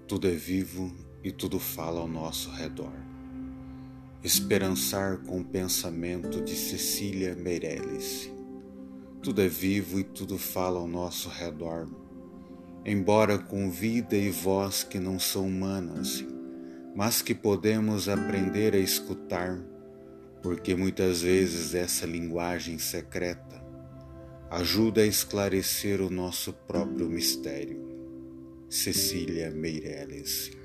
Tudo é vivo e tudo fala ao nosso redor. Esperançar com o pensamento de Cecília Meirelles. Tudo é vivo e tudo fala ao nosso redor, embora com vida e voz que não são humanas, mas que podemos aprender a escutar, porque muitas vezes essa linguagem secreta ajuda a esclarecer o nosso próprio mistério. Cecília Meirelles.